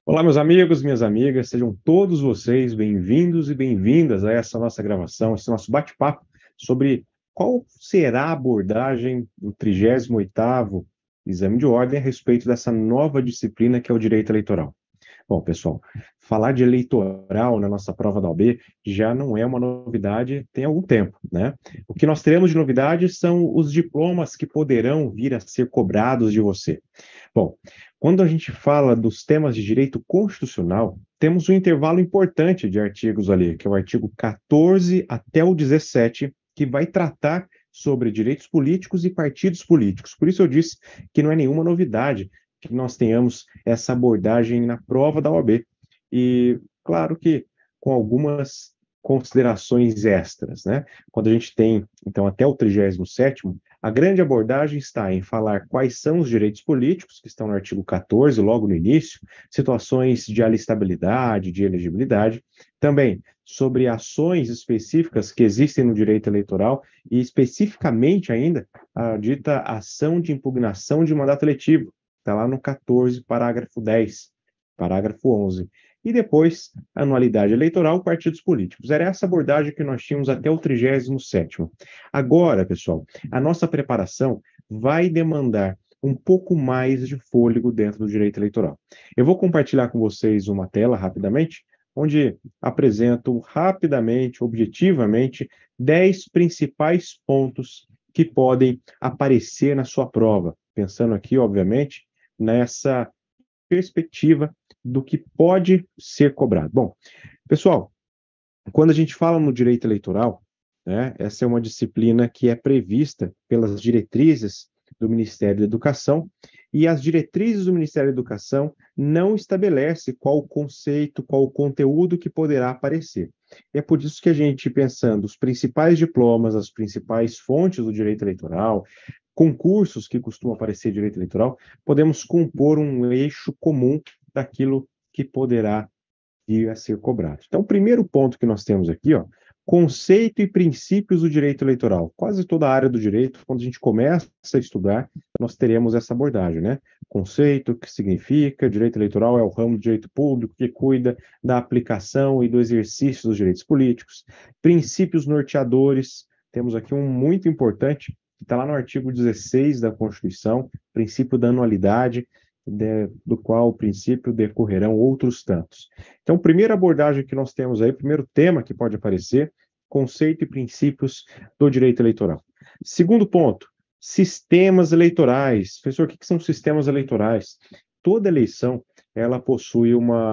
Olá, meus amigos, minhas amigas, sejam todos vocês bem-vindos e bem-vindas a essa nossa gravação, esse nosso bate-papo sobre qual será a abordagem do 38º Exame de Ordem a respeito dessa nova disciplina que é o direito eleitoral. Bom, pessoal, falar de eleitoral na nossa prova da OAB já não é uma novidade tem algum tempo, né? O que nós teremos de novidade são os diplomas que poderão vir a ser cobrados de você. Bom, quando a gente fala dos temas de direito constitucional, temos um intervalo importante de artigos ali, que é o artigo 14 até o 17, que vai tratar sobre direitos políticos e partidos políticos. Por isso eu disse que não é nenhuma novidade que nós tenhamos essa abordagem na prova da OAB. E claro que com algumas considerações extras, né? Quando a gente tem, então, até o 37º, a grande abordagem está em falar quais são os direitos políticos, que estão no artigo 14, logo no início, situações de alistabilidade, de elegibilidade, também sobre ações específicas que existem no direito eleitoral e especificamente ainda a dita ação de impugnação de mandato eletivo, está lá no 14, parágrafo 10, parágrafo 11. E depois, anualidade eleitoral, partidos políticos. Era essa abordagem que nós tínhamos até o 37º. Agora, pessoal, a nossa preparação vai demandar um pouco mais de fôlego dentro do direito eleitoral. Eu vou compartilhar com vocês uma tela rapidamente, onde apresento rapidamente, objetivamente, 10 principais pontos que podem aparecer na sua prova. Pensando aqui, obviamente, nessa perspectiva do que pode ser cobrado. Bom, pessoal, quando a gente fala no direito eleitoral, né, essa é uma disciplina que é prevista pelas diretrizes do Ministério da Educação, e as diretrizes do Ministério da Educação não estabelecem qual o conceito, qual o conteúdo que poderá aparecer. É por isso que a gente, pensando os principais diplomas, as principais fontes do direito eleitoral, concursos que costumam aparecer direito eleitoral, podemos compor um eixo comum daquilo que poderá vir a ser cobrado. Então, o primeiro ponto que nós temos aqui, ó, conceito e princípios do direito eleitoral. Quase toda a área do direito, quando a gente começa a estudar, nós teremos essa abordagem, né? Conceito, o que significa, direito eleitoral é o ramo do direito público que cuida da aplicação e do exercício dos direitos políticos. Princípios norteadores, temos aqui um muito importante, que está lá no artigo 16 da Constituição, princípio da anualidade, do qual o princípio decorrerão outros tantos. Então, primeira abordagem que nós temos aí, primeiro tema que pode aparecer, conceito e princípios do direito eleitoral. Segundo ponto, sistemas eleitorais. Professor, o que são sistemas eleitorais? Toda eleição, ela possui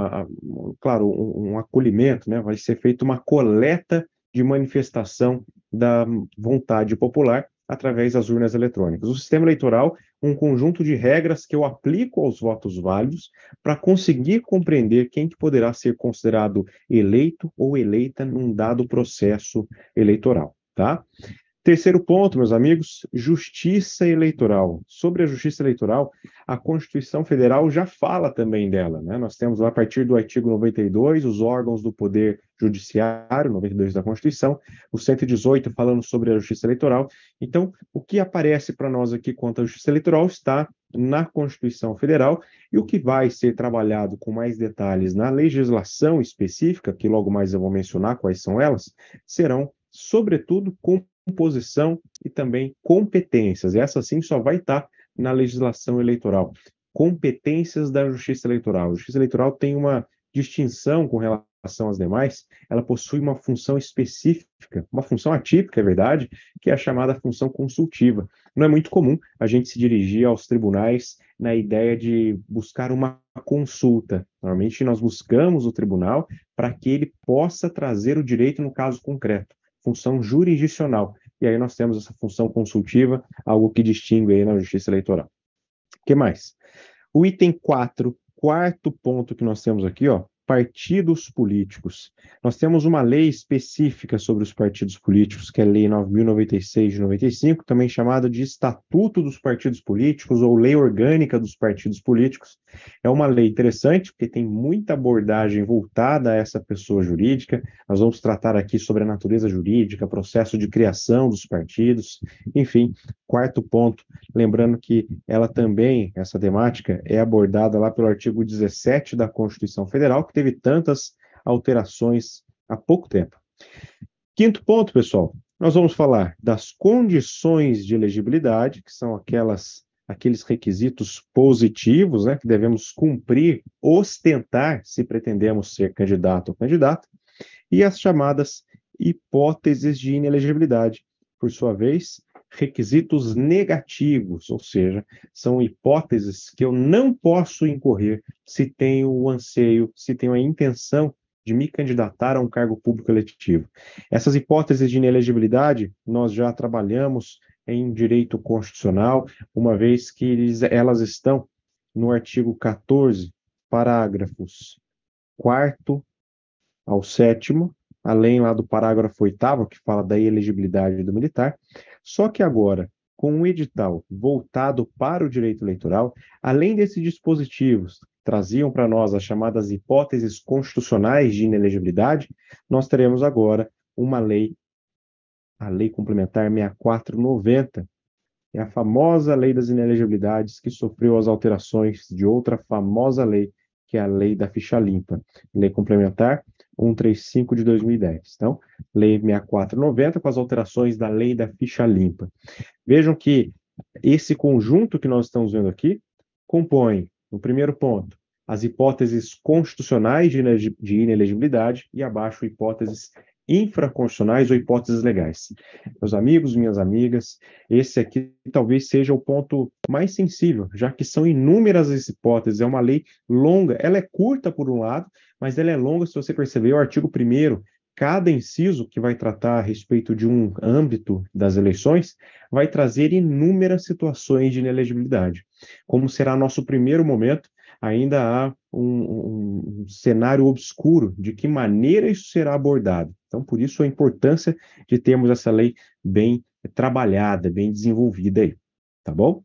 claro, um acolhimento, né? Vai ser feita uma coleta de manifestação da vontade popular através das urnas eletrônicas. O sistema eleitoral, um conjunto de regras que eu aplico aos votos válidos para conseguir compreender quem que poderá ser considerado eleito ou eleita num dado processo eleitoral, tá? Terceiro ponto, meus amigos, justiça eleitoral. Sobre a justiça eleitoral, a Constituição Federal já fala também dela, né? Nós temos lá, a partir do artigo 92, os órgãos do Poder Judiciário, 92 da Constituição, o 118 falando sobre a justiça eleitoral. Então, o que aparece para nós aqui quanto à justiça eleitoral está na Constituição Federal, e o que vai ser trabalhado com mais detalhes na legislação específica, que logo mais eu vou mencionar quais são elas, serão, sobretudo, composição e também competências. Essa sim só vai estar na legislação eleitoral. Competências da Justiça Eleitoral. A Justiça Eleitoral tem uma distinção com relação às demais, ela possui uma função específica, uma função atípica, é verdade, que é a chamada função consultiva. Não é muito comum a gente se dirigir aos tribunais na ideia de buscar uma consulta. Normalmente nós buscamos o tribunal para que ele possa trazer o direito no caso concreto, função jurisdicional. E aí nós temos essa função consultiva, algo que distingue aí na Justiça Eleitoral. O que mais? O item 4, quarto ponto que nós temos aqui, ó, partidos políticos. Nós temos uma lei específica sobre os partidos políticos, que é a Lei 9.096 de 95, também chamada de Estatuto dos Partidos Políticos ou Lei Orgânica dos Partidos Políticos. É uma lei interessante, porque tem muita abordagem voltada a essa pessoa jurídica. Nós vamos tratar aqui sobre a natureza jurídica, processo de criação dos partidos, enfim, quarto ponto, lembrando que ela também, essa temática, é abordada lá pelo artigo 17 da Constituição Federal, que teve tantas alterações há pouco tempo. Quinto ponto, pessoal, nós vamos falar das condições de elegibilidade, que são aqueles requisitos positivos, né, que devemos cumprir, ostentar, se pretendemos ser candidato ou candidata, e as chamadas hipóteses de inelegibilidade, por sua vez, requisitos negativos, ou seja, são hipóteses que eu não posso incorrer se tenho o anseio, se tenho a intenção de me candidatar a um cargo público eletivo. Essas hipóteses de inelegibilidade nós já trabalhamos em direito constitucional, uma vez que elas estão no artigo 14, parágrafos 4º ao 7º, além lá do parágrafo 8º, que fala da elegibilidade do militar. Só que agora, com um edital voltado para o direito eleitoral, além desses dispositivos que traziam para nós as chamadas hipóteses constitucionais de inelegibilidade, nós teremos agora uma lei, a Lei Complementar 6490, é a famosa Lei das Inelegibilidades, que sofreu as alterações de outra famosa lei, que é a Lei da Ficha Limpa, Lei Complementar 135 de 2010. Então, Lei 6490 com as alterações da Lei da Ficha Limpa. Vejam que esse conjunto que nós estamos vendo aqui compõe, no primeiro ponto, as hipóteses constitucionais de inelegibilidade e abaixo hipóteses infraconstitucionais ou hipóteses legais. Meus amigos, minhas amigas, esse aqui talvez seja o ponto mais sensível, já que são inúmeras as hipóteses, é uma lei longa, ela é curta por um lado, mas ela é longa, se você perceber, o artigo 1º, cada inciso que vai tratar a respeito de um âmbito das eleições, vai trazer inúmeras situações de inelegibilidade. Como será nosso primeiro momento, ainda há um cenário obscuro de que maneira isso será abordado. Então, por isso a importância de termos essa lei bem trabalhada, bem desenvolvida aí, tá bom?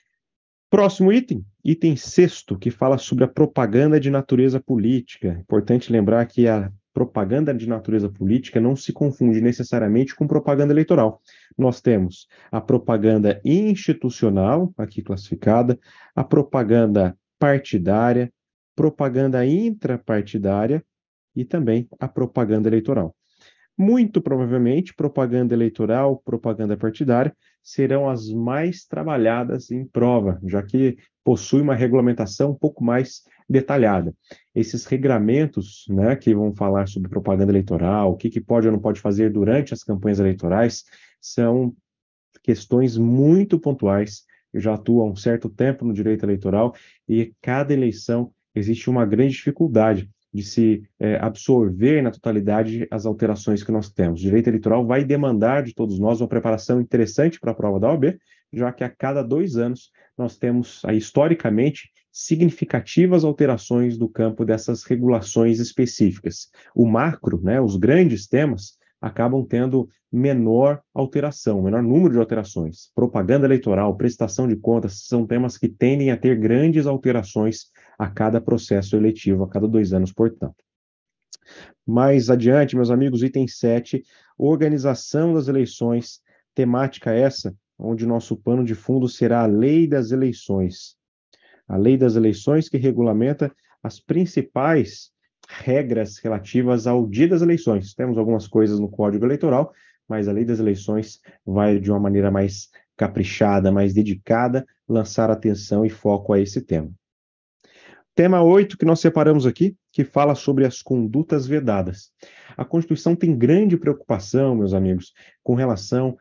Próximo item, item 6º, que fala sobre a propaganda de natureza política. Importante lembrar que a propaganda de natureza política não se confunde necessariamente com propaganda eleitoral. Nós temos a propaganda institucional, aqui classificada, a propaganda partidária, propaganda intrapartidária e também a propaganda eleitoral. Muito provavelmente, propaganda eleitoral, propaganda partidária serão as mais trabalhadas em prova, já que possui uma regulamentação um pouco mais detalhada. Esses regramentos, né, que vão falar sobre propaganda eleitoral, o que pode ou não pode fazer durante as campanhas eleitorais, são questões muito pontuais. Eu já atuo há um certo tempo no direito eleitoral e cada eleição existe uma grande dificuldade de se absorver na totalidade as alterações que nós temos. O direito eleitoral vai demandar de todos nós uma preparação interessante para a prova da OAB, já que a cada 2 anos nós temos, historicamente, significativas alterações do campo dessas regulações específicas. O macro, né, os grandes temas, acabam tendo menor alteração, menor número de alterações. Propaganda eleitoral, prestação de contas, são temas que tendem a ter grandes alterações a cada processo eletivo, a cada 2 anos, portanto. Mais adiante, meus amigos, item 7, organização das eleições, temática essa, onde nosso pano de fundo será a Lei das Eleições. A Lei das Eleições que regulamenta as principais regras relativas ao dia das eleições. Temos algumas coisas no Código Eleitoral, mas a Lei das Eleições vai, de uma maneira mais caprichada, mais dedicada, lançar atenção e foco a esse tema. Tema 8 que nós separamos aqui, que fala sobre as condutas vedadas. A Constituição tem grande preocupação, meus amigos, com relação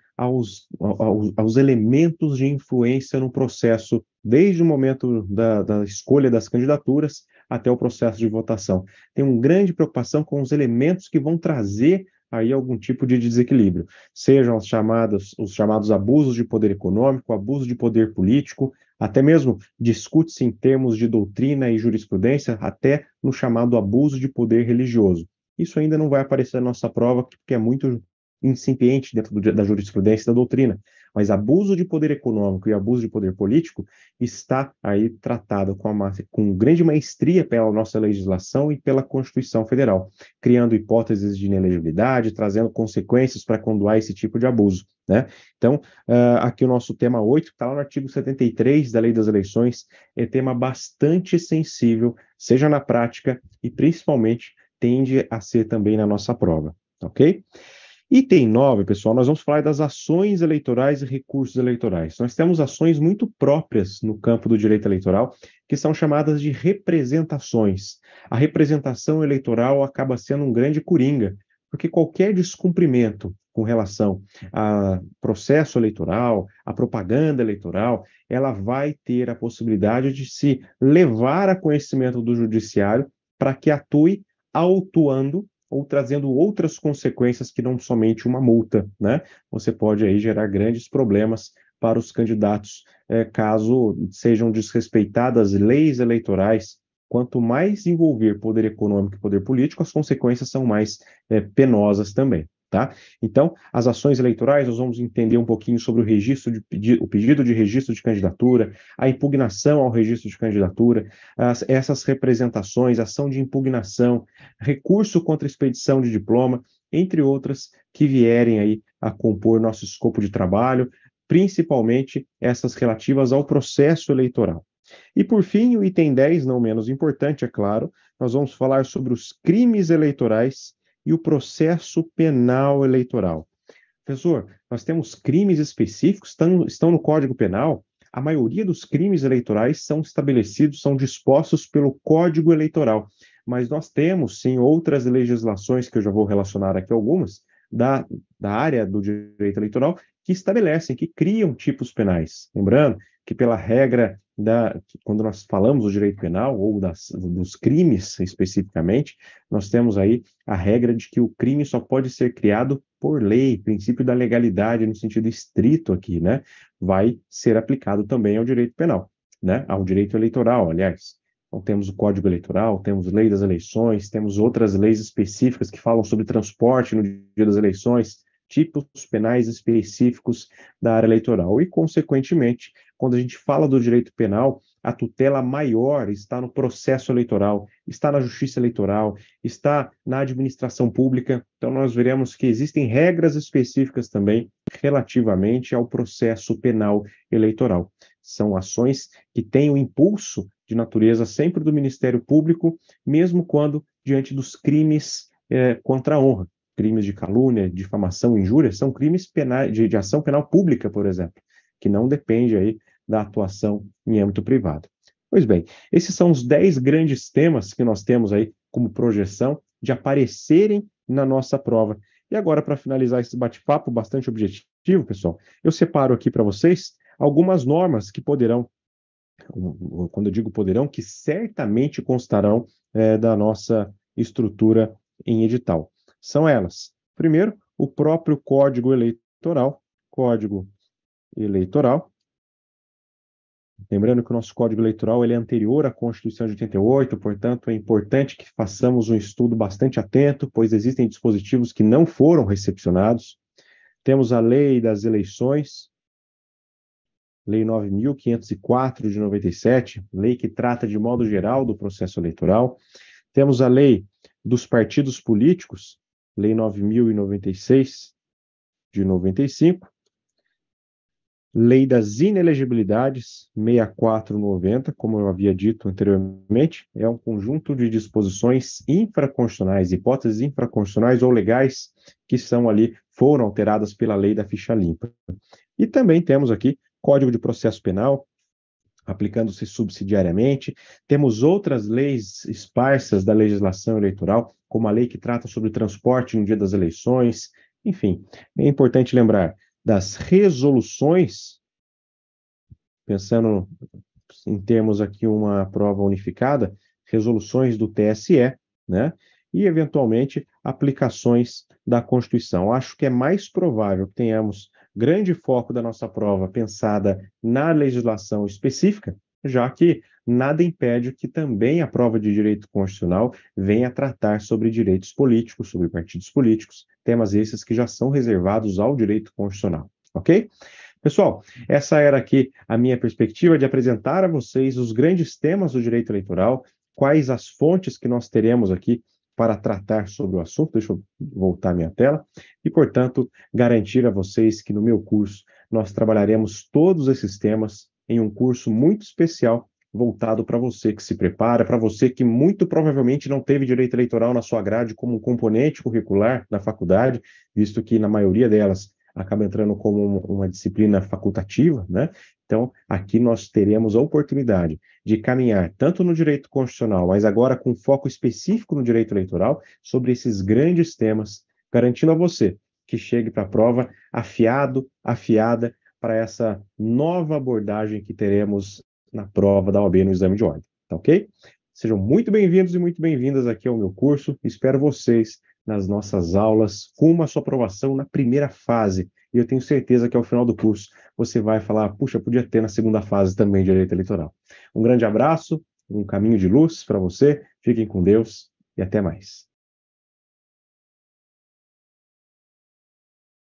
aos elementos de influência no processo, desde o momento da escolha das candidaturas até o processo de votação. Tem uma grande preocupação com os elementos que vão trazer aí algum tipo de desequilíbrio, sejam os chamados abusos de poder econômico, abuso de poder político, até mesmo discute-se em termos de doutrina e jurisprudência, até no chamado abuso de poder religioso. Isso ainda não vai aparecer na nossa prova, porque é muito incipiente dentro da jurisprudência e da doutrina, mas abuso de poder econômico e abuso de poder político está aí tratado com grande maestria pela nossa legislação e pela Constituição Federal, criando hipóteses de inelegibilidade, trazendo consequências para condoar esse tipo de abuso. né? Então, aqui o nosso tema 8, que está lá no artigo 73 da Lei das Eleições, é tema bastante sensível, seja na prática e principalmente tende a ser também na nossa prova, ok? Item 9, pessoal, nós vamos falar das ações eleitorais e recursos eleitorais. Nós temos ações muito próprias no campo do direito eleitoral, que são chamadas de representações. A representação eleitoral acaba sendo um grande coringa, porque qualquer descumprimento com relação a processo eleitoral, a propaganda eleitoral, ela vai ter a possibilidade de se levar a conhecimento do judiciário para que atue autuando ou trazendo outras consequências que não somente uma multa, né? Você pode aí gerar grandes problemas para os candidatos, caso sejam desrespeitadas leis eleitorais. Quanto mais envolver poder econômico e poder político, as consequências são mais penosas também. Tá? Então, as ações eleitorais, nós vamos entender um pouquinho sobre o pedido de registro de candidatura, a impugnação ao registro de candidatura, essas representações, ação de impugnação, recurso contra expedição de diploma, entre outras que vierem aí a compor nosso escopo de trabalho, principalmente essas relativas ao processo eleitoral. E por fim, o item 10, não menos importante, é claro, nós vamos falar sobre os crimes eleitorais e o processo penal eleitoral. Professor, nós temos crimes específicos, estão no Código Penal. A maioria dos crimes eleitorais são estabelecidos, são dispostos pelo Código Eleitoral. Mas nós temos, sim, outras legislações, que eu já vou relacionar aqui algumas, da área do direito eleitoral, que estabelecem, que criam tipos penais. Lembrando que pela regra quando nós falamos do direito penal, ou dos crimes especificamente, nós temos aí a regra de que o crime só pode ser criado por lei, princípio da legalidade no sentido estrito aqui, né? Vai ser aplicado também ao direito penal, né? Ao direito eleitoral, aliás. Então, temos o Código Eleitoral, temos Lei das Eleições, temos outras leis específicas que falam sobre transporte no dia das eleições, tipos penais específicos da área eleitoral. E, consequentemente, quando a gente fala do direito penal, a tutela maior está no processo eleitoral, está na justiça eleitoral, está na administração pública. Então, nós veremos que existem regras específicas também relativamente ao processo penal eleitoral. São ações que têm o impulso de natureza sempre do Ministério Público, mesmo quando diante dos crimes contra a honra. Crimes de calúnia, difamação, injúria, são crimes penais, de ação penal pública, por exemplo, que não depende aí da atuação em âmbito privado. Pois bem, esses são os 10 grandes temas que nós temos aí como projeção de aparecerem na nossa prova. E agora, para finalizar esse bate-papo bastante objetivo, pessoal, eu separo aqui para vocês algumas normas que poderão, quando eu digo poderão, que certamente constarão da nossa estrutura em edital. São elas, primeiro, o próprio Código Eleitoral, lembrando que o nosso Código Eleitoral ele é anterior à Constituição de 88, portanto, é importante que façamos um estudo bastante atento, pois existem dispositivos que não foram recepcionados. Temos a Lei das Eleições, Lei 9.504 de 97, lei que trata de modo geral do processo eleitoral. Temos a Lei dos Partidos Políticos, Lei 9.096 de 95. Lei das Inelegibilidades, 6490, como eu havia dito anteriormente, é um conjunto de disposições infraconstitucionais, hipóteses infraconstitucionais ou legais que foram alteradas pela lei da ficha limpa. E também temos aqui Código de Processo Penal, aplicando-se subsidiariamente. Temos outras leis esparsas da legislação eleitoral, como a lei que trata sobre transporte no dia das eleições. Enfim, é importante lembrar das resoluções, pensando em termos aqui uma prova unificada, resoluções do TSE, né? E, eventualmente, aplicações da Constituição. Acho que é mais provável que tenhamos grande foco da nossa prova pensada na legislação específica, já que nada impede que também a prova de direito constitucional venha tratar sobre direitos políticos, sobre partidos políticos, temas esses que já são reservados ao direito constitucional, ok? Pessoal, essa era aqui a minha perspectiva de apresentar a vocês os grandes temas do direito eleitoral, quais as fontes que nós teremos aqui para tratar sobre o assunto. Deixa eu voltar à minha tela. E, portanto, garantir a vocês que no meu curso nós trabalharemos todos esses temas em um curso muito especial voltado para você que se prepara, para você que muito provavelmente não teve direito eleitoral na sua grade como um componente curricular da faculdade, visto que na maioria delas acaba entrando como uma disciplina facultativa, né? Então, aqui nós teremos a oportunidade de caminhar tanto no direito constitucional, mas agora com foco específico no direito eleitoral, sobre esses grandes temas, garantindo a você que chegue para a prova afiado, afiada para essa nova abordagem que teremos na prova da OAB no exame de ordem, tá ok? Sejam muito bem-vindos e muito bem-vindas aqui ao meu curso. Espero vocês nas nossas aulas, com a sua aprovação na primeira fase. E eu tenho certeza que ao final do curso você vai falar, puxa, podia ter na segunda fase também de direito eleitoral. Um grande abraço, um caminho de luz para você, fiquem com Deus e até mais.